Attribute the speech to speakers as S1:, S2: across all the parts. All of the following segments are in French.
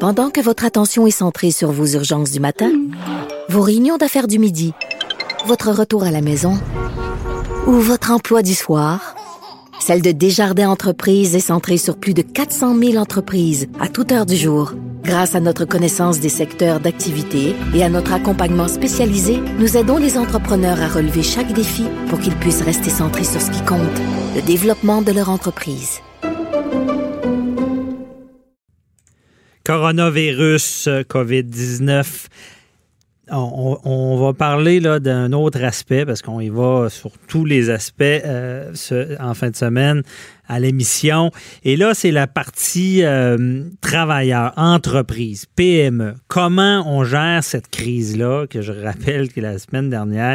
S1: Pendant que votre attention est centrée sur vos urgences du matin, vos réunions d'affaires du midi, votre retour à la maison ou votre emploi du soir, celle de Desjardins Entreprises est centrée sur plus de 400 000 entreprises à toute heure du jour. Grâce à notre connaissance des secteurs d'activité et à notre accompagnement spécialisé, nous aidons les entrepreneurs à relever chaque défi pour qu'ils puissent rester centrés sur ce qui compte, le développement de leur entreprise.
S2: Coronavirus, COVID-19. On va parler là, d'un autre aspect parce qu'on y va sur tous les aspects en fin de semaine à l'émission. Et là, c'est la partie travailleurs, entreprise, PME. Comment on gère cette crise-là, que je rappelle que la semaine dernière,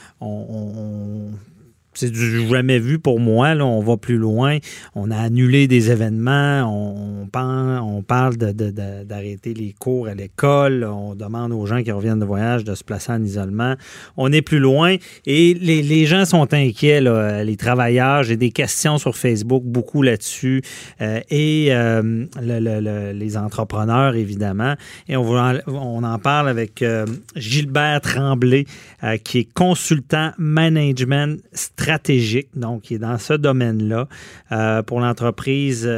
S2: c'est du jamais vu pour moi. Là, on va plus loin. On a annulé des événements. On parle d'arrêter les cours à l'école. On demande aux gens qui reviennent de voyage de se placer en isolement. On est plus loin. Et les gens sont inquiets, là, les travailleurs. J'ai des questions sur Facebook, beaucoup là-dessus. Les entrepreneurs, évidemment. Et on en parle avec Gilbert Tremblay, qui est consultant management stratégique, donc qui est dans ce domaine-là pour l'entreprise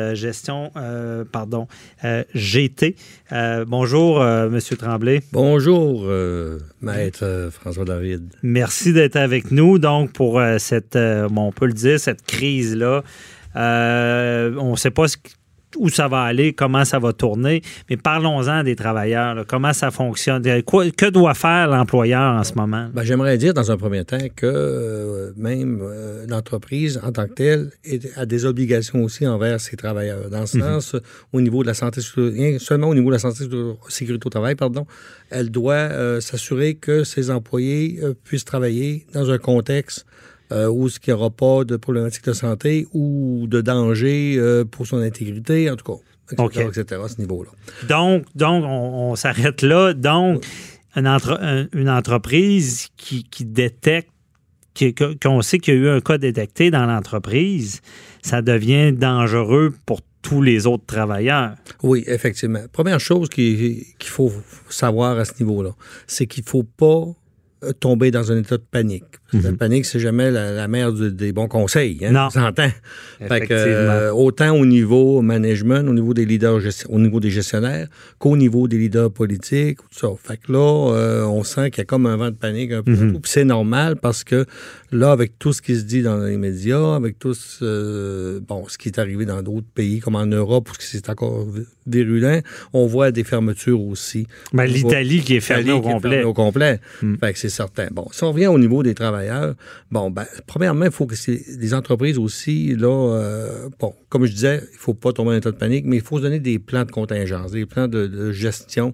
S2: GT. Bonjour, M. Tremblay.
S3: Bonjour, Maître François David.
S2: Merci d'être avec nous, donc, pour cette, on peut le dire, cette crise-là. On ne sait pas où ça va aller, comment ça va tourner, mais parlons-en des travailleurs. Là, comment ça fonctionne? Que doit faire l'employeur en ce moment?
S3: Ben, j'aimerais dire, dans un premier temps, que même l'entreprise, en tant que telle, a des obligations aussi envers ses travailleurs. Dans ce sens, au niveau de la santé, seulement au niveau de la santé sécurité au travail, elle doit s'assurer que ses employés puissent travailler dans un contexte où il n'y aura pas de problématiques de santé ou de danger pour son intégrité, en tout cas, etc. à ce niveau-là.
S2: Donc on s'arrête là. Donc, une entreprise qui détecte, qu'on sait qu'il y a eu un cas détecté dans l'entreprise, ça devient dangereux pour tous les autres travailleurs.
S3: Oui, effectivement. Première chose qu'il faut savoir à ce niveau-là, c'est qu'il ne faut pas tomber dans un état de panique. La panique, c'est jamais la mère des bons conseils. Hein?
S2: Non.
S3: On s'entend. Fait que, autant au niveau management, au niveau des leaders, au niveau des gestionnaires, qu'au niveau des leaders politiques, tout ça. Fait que là, on sent qu'il y a comme un vent de panique un peu partout. Puis c'est normal parce que là, avec tout ce qui se dit dans les médias, avec tout ce qui est arrivé dans d'autres pays, comme en Europe, où c'est encore virulent, on voit des fermetures aussi.
S2: Ben, l'Italie qui est fermée au complet.
S3: Fait que c'est certain. Bon, si on revient au niveau des travailleurs, premièrement, il faut que les entreprises aussi, là, comme je disais, il ne faut pas tomber dans un état de panique, mais il faut se donner des plans de contingence, des plans de gestion,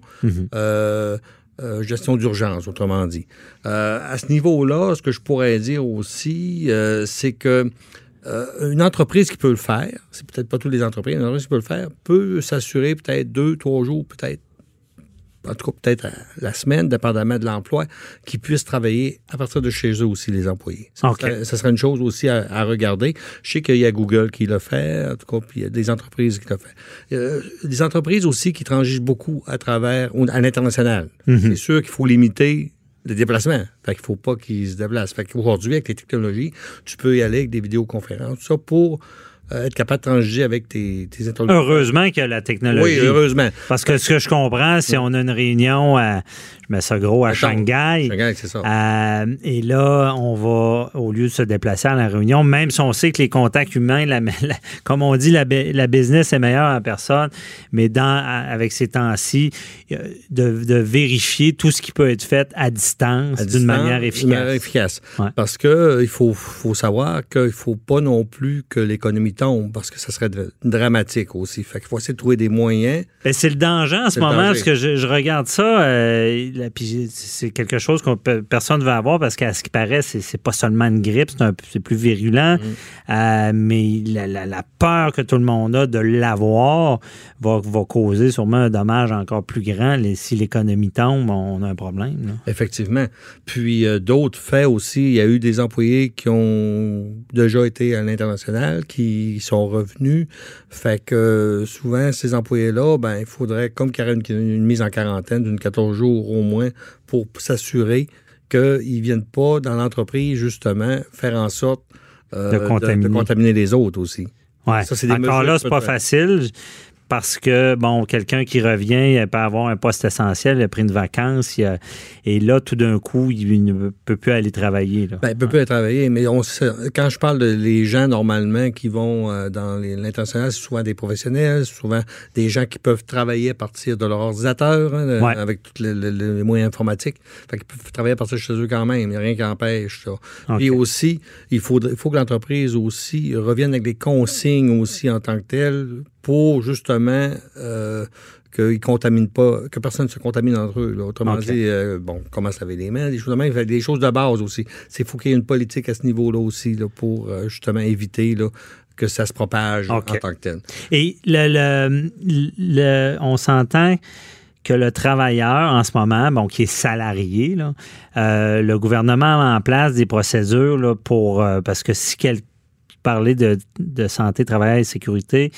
S3: gestion d'urgence, autrement dit. À ce niveau-là, ce que je pourrais dire aussi, c'est que une entreprise qui peut le faire, c'est peut-être pas toutes les entreprises, une entreprise qui peut le faire, peut s'assurer peut-être 2-3 jours, peut-être, en tout cas peut-être la semaine, dépendamment de l'emploi, qu'ils puissent travailler à partir de chez eux aussi, les employés. Ça serait une chose aussi à regarder. Je sais qu'il y a Google qui l'a fait, en tout cas, puis il y a des entreprises qui l'ont fait. Des entreprises aussi qui transigent beaucoup à l'international. C'est sûr qu'il faut limiter les déplacements. Fait qu'il ne faut pas qu'ils se déplacent. Fait qu'aujourd'hui, avec les technologies, tu peux y aller avec des vidéoconférences, tout ça pour être capable de transiger avec tes interlocuteurs.
S2: Heureusement qu'il y a la technologie.
S3: Oui, heureusement.
S2: Parce que ce que je comprends, si on a une réunion je mets ça gros, à Shanghai.
S3: Shanghai, c'est ça.
S2: Et là, on va, au lieu de se déplacer à la réunion, même si on sait que les contacts humains, comme on dit, la business est meilleure en personne, mais avec ces temps-ci, de vérifier tout ce qui peut être fait à distance d'une manière efficace.
S3: Ouais. Parce que il faut savoir qu'il ne faut pas non plus que l'économie tombe, parce que ça serait dramatique aussi. Fait qu'il faut essayer de trouver des moyens.
S2: Ben, c'est le danger en ce moment, parce que je regarde ça, puis c'est quelque chose que personne ne veut avoir parce qu'à ce qui paraît, c'est pas seulement une grippe, c'est plus virulent, mais la peur que tout le monde a de l'avoir va causer sûrement un dommage encore plus grand. Si l'économie tombe, on a un problème. Là.
S3: Effectivement. Puis d'autres faits aussi, il y a eu des employés qui ont déjà été à l'international, qui sont revenus. Fait que souvent, ces employés-là, il faudrait comme qu'il y aurait une mise en quarantaine d'une 14 jours au moins pour s'assurer qu'ils ne viennent pas dans l'entreprise, justement, faire en sorte de contaminer les autres aussi.
S2: Ouais. Ça, c'est encore là, c'est pas facile. Parce que, quelqu'un qui revient, il peut avoir un poste essentiel, il a pris une vacance, et là, tout d'un coup, il ne peut plus aller travailler. Là.
S3: Il ne peut plus aller travailler, mais quand je parle des gens, normalement, qui vont dans l'international, c'est souvent des professionnels, c'est souvent des gens qui peuvent travailler à partir de leur ordinateur, avec tous les moyens informatiques. Fait qu'ils peuvent travailler à partir de chez eux quand même, il n'y a rien qui empêche ça. Okay. Et aussi, il faut que l'entreprise aussi revienne avec des consignes aussi en tant que telles, pour justement qu'ils contaminent pas, que personne ne se contamine entre eux. Là. Autrement dit, comment se laver les mains, des choses de base aussi. Il faut qu'il y ait une politique à ce niveau-là aussi là, pour justement éviter là, que ça se propage en tant que tel.
S2: Et on s'entend que le travailleur, en ce moment, qui est salarié, là, le gouvernement a en place des procédures là, pour... parce que si parler de santé, travail et sécurité.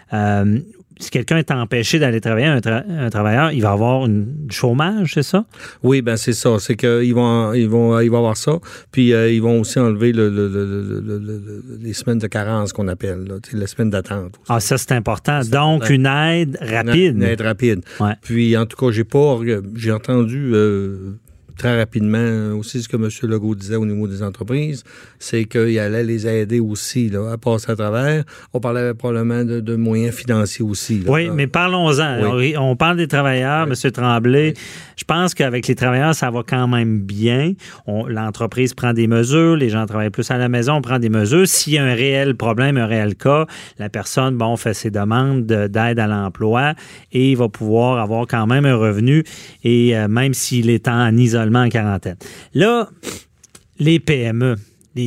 S2: Si quelqu'un est empêché d'aller travailler, un travailleur, il va avoir du chômage, c'est ça?
S3: Oui, c'est ça. C'est qu'ils vont avoir ça. Puis ils vont aussi enlever les semaines de carence qu'on appelle, là, les semaines d'attente. Aussi.
S2: Ah, ça, c'est important. Donc, une aide rapide.
S3: Une aide rapide.
S2: Ouais.
S3: Puis, en tout cas, j'ai entendu... très rapidement, aussi ce que M. Legault disait au niveau des entreprises, c'est qu'il allait les aider aussi là, à passer à travers. On parlait probablement de moyens financiers aussi. Là.
S2: Oui, mais parlons-en. Oui. On parle des travailleurs, M. Tremblay. Oui. Je pense qu'avec les travailleurs, ça va quand même bien. L'entreprise prend des mesures, les gens travaillent plus à la maison, on prend des mesures. S'il y a un réel problème, un réel cas, la personne, fait ses demandes d'aide à l'emploi et il va pouvoir avoir quand même un revenu, et même s'il est en isolement, en quarantaine. Là, les PME,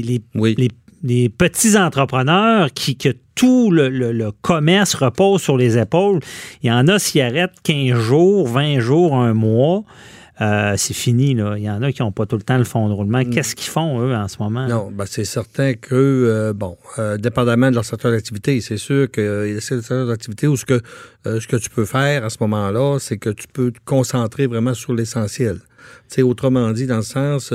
S2: les petits entrepreneurs que tout le commerce repose sur les épaules, il y en a s'y arrêtent 15 jours, 20 jours, un mois. C'est fini, là. Il y en a qui n'ont pas tout le temps le fonds de roulement. Qu'est-ce qu'ils font, eux, en ce moment?
S3: Non, c'est certain que, dépendamment de leur secteur d'activité, c'est sûr qu'il y a des secteurs d'activité où ce que tu peux faire à ce moment-là, c'est que tu peux te concentrer vraiment sur l'essentiel. T'sais, autrement dit, dans le sens,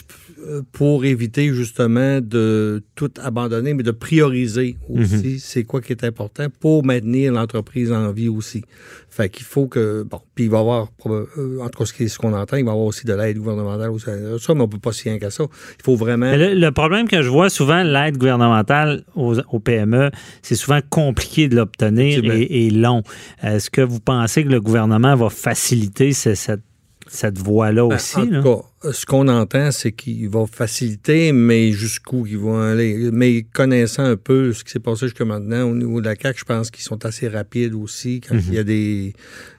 S3: pour éviter justement de tout abandonner, mais de prioriser aussi c'est quoi qui est important pour maintenir l'entreprise en vie aussi. Fait qu'il faut que, puis il va y avoir, en tout cas ce qu'on entend, il va y avoir aussi de l'aide gouvernementale aussi. Ça, mais on ne peut pas si rien qu'à ça. Il faut vraiment...
S2: Le problème que je vois souvent, l'aide gouvernementale aux PME, c'est souvent compliqué de l'obtenir et long. Est-ce que vous pensez que le gouvernement va faciliter cette voie-là aussi?
S3: En tout cas, ce qu'on entend, c'est qu'il va faciliter, mais jusqu'où ils vont aller. Mais connaissant un peu ce qui s'est passé jusqu'à maintenant, au niveau de la CAQ, je pense qu'ils sont assez rapides aussi quand il y a des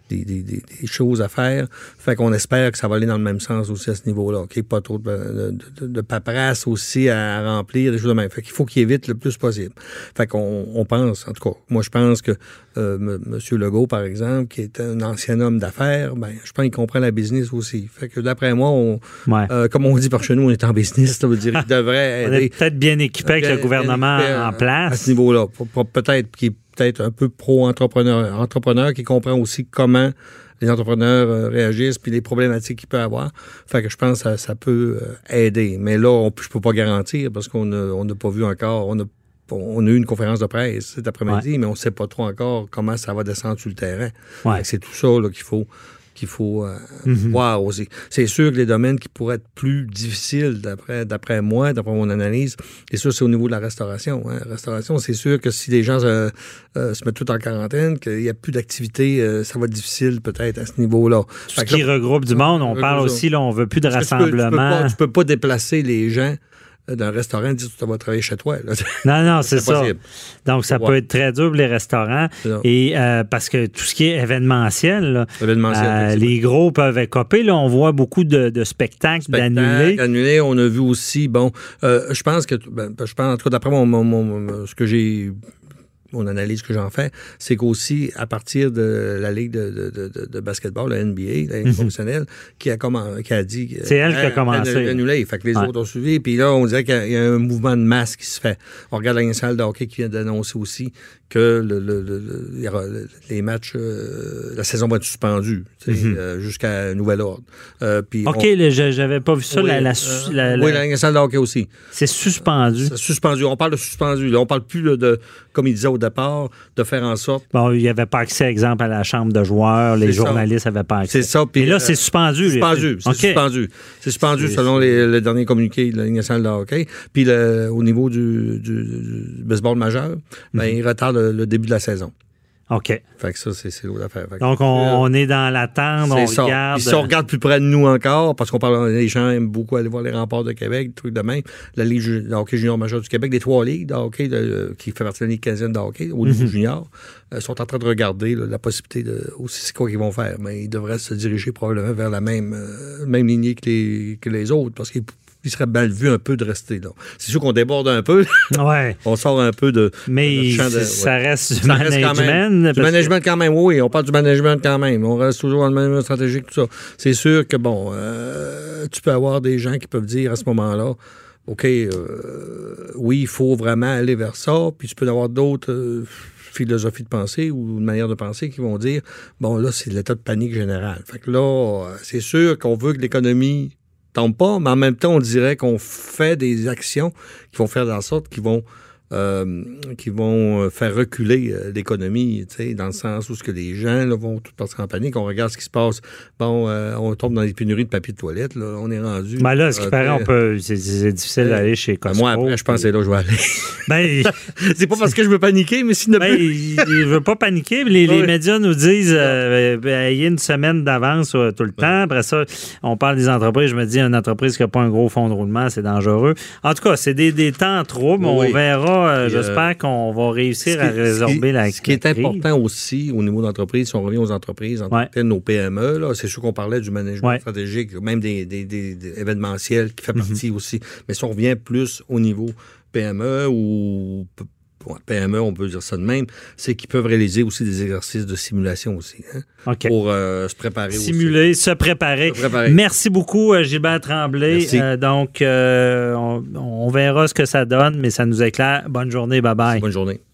S3: choses à faire. Fait qu'on espère que ça va aller dans le même sens aussi à ce niveau-là. OK? Pas trop de paperasse aussi à remplir, des choses de même. Fait qu'il faut qu'il évite le plus possible. Fait qu'on pense, en tout cas, moi je pense que M. Legault, par exemple, qui est un ancien homme d'affaires, je pense qu'il comprend la business aussi. Fait que d'après moi, comme on dit par chez nous, on est en business, ça veut dire qu'il devrait aider.
S2: On est peut-être bien équipé avec le gouvernement en place.
S3: À ce niveau-là. Peut-être qu'il peut-être un peu pro-entrepreneur qui comprend aussi comment les entrepreneurs réagissent puis les problématiques qu'il peut avoir. Fait que je pense que ça peut aider. Mais là, je peux pas garantir parce qu'on n'a pas vu encore. On a eu une conférence de presse cet après-midi, mais on ne sait pas trop encore comment ça va descendre sur le terrain. C'est tout ça là, qu'il faut voir aussi. C'est sûr que les domaines qui pourraient être plus difficiles, d'après moi, d'après mon analyse, c'est sûr, c'est au niveau de la restauration. Hein. La restauration, c'est sûr que si les gens se mettent tout en quarantaine, qu'il n'y a plus d'activité, ça va être difficile peut-être à ce niveau-là.
S2: Ce qui regroupe du monde, on parle aussi, là, on ne veut plus de rassemblement.
S3: Tu peux pas déplacer les gens d'un restaurant dire tu vas travailler chez toi. Là.
S2: Non, c'est ça.
S3: Possible.
S2: Donc, ça peut être très dur pour les restaurants. Et parce que tout ce qui est événementiel, là, les gros peuvent écoper. Là, on voit beaucoup de spectacles d'annulés.
S3: On a vu aussi, je pense que, en tout cas, d'après ce que j'ai... Mon analyse que j'en fais, c'est qu'aussi, à partir de la Ligue de basketball, la NBA, la Ligue professionnelle, qui a dit...
S2: C'est elle qui a commencé.
S3: Elle a annulé. Fait que les autres ont suivi. Puis là, on dirait qu'il y a un mouvement de masse qui se fait. On regarde la salle de hockey qui vient d'annoncer aussi que les matchs, la saison va être suspendue jusqu'à nouvel ordre.
S2: J'avais pas vu ça.
S3: Oui, la salle de hockey aussi.
S2: C'est suspendu.
S3: C'est suspendu. On parle de suspendu. Là, on parle plus de, comme il disait au départ, de faire en sorte...
S2: Bon, il n'y avait pas accès, exemple, à la chambre de joueurs. Les journalistes n'avaient pas accès.
S3: C'est ça.
S2: Et là, c'est suspendu.
S3: C'est suspendu selon le dernier communiqué de la Ligue nationale de hockey. Puis au niveau du baseball majeur, il retarde le début de la saison.
S2: OK.
S3: Fait que ça, c'est l'autre affaire.
S2: Donc, on est dans l'attente, on regarde...
S3: Puis si on regarde plus près de nous encore, parce qu'on parle, les gens aiment beaucoup aller voir les remparts de Québec, des trucs de même, la Ligue de hockey junior majeur du Québec, les 3 ligues de hockey qui fait partie de la Ligue canadienne de hockey, au niveau junior, sont en train de regarder la possibilité aussi c'est quoi qu'ils vont faire. Mais ils devraient se diriger probablement vers la même lignée que les autres, parce qu'ils il serait mal vu un peu de rester là. C'est sûr qu'on déborde un peu.
S2: Ouais.
S3: On sort un peu de...
S2: Mais ça reste du management.
S3: Du management quand même, oui. On parle du management quand même. On reste toujours dans le management stratégique, tout ça. C'est sûr que, tu peux avoir des gens qui peuvent dire à ce moment-là, OK, oui, il faut vraiment aller vers ça. Puis tu peux avoir d'autres... philosophies de pensée ou une manière de penser qui vont dire, là, c'est l'état de panique général. Fait que là, c'est sûr qu'on veut que l'économie tombe pas, mais en même temps, on dirait qu'on fait des actions qui vont faire en sorte qu'ils vont faire reculer l'économie, dans le sens où ce que les gens là, vont tout partir en panique. On regarde ce qui se passe. On tombe dans les pénuries de papier de toilette. Là, on est rendu...
S2: là, ce qui paraît, c'est difficile d'aller chez Costco.
S3: Moi, après, je pense que c'est là que je vais aller. C'est pas parce que je veux paniquer, mais s'il ne peut...
S2: Je veux pas paniquer. Les médias nous disent ayez une semaine d'avance tout le temps. Après ça, on parle des entreprises. Je me dis, une entreprise qui n'a pas un gros fonds de roulement, c'est dangereux. En tout cas, c'est des temps troubles. On verra. J'espère qu'on va réussir à résorber la crise.
S3: Ce qui est important aussi au niveau d'entreprise, si on revient aux entreprises, en tant que nos PME, là, c'est sûr qu'on parlait du management stratégique, même des événementiels qui fait partie aussi. Mais si on revient plus au niveau PME ou... PME, on peut dire ça de même, c'est qu'ils peuvent réaliser aussi des exercices de simulation aussi, pour se préparer
S2: Simuler, se préparer. Merci beaucoup, Gilbert Tremblay. Donc, on verra ce que ça donne, mais ça nous éclaire. Bonne journée, bye-bye.
S3: Bonne journée.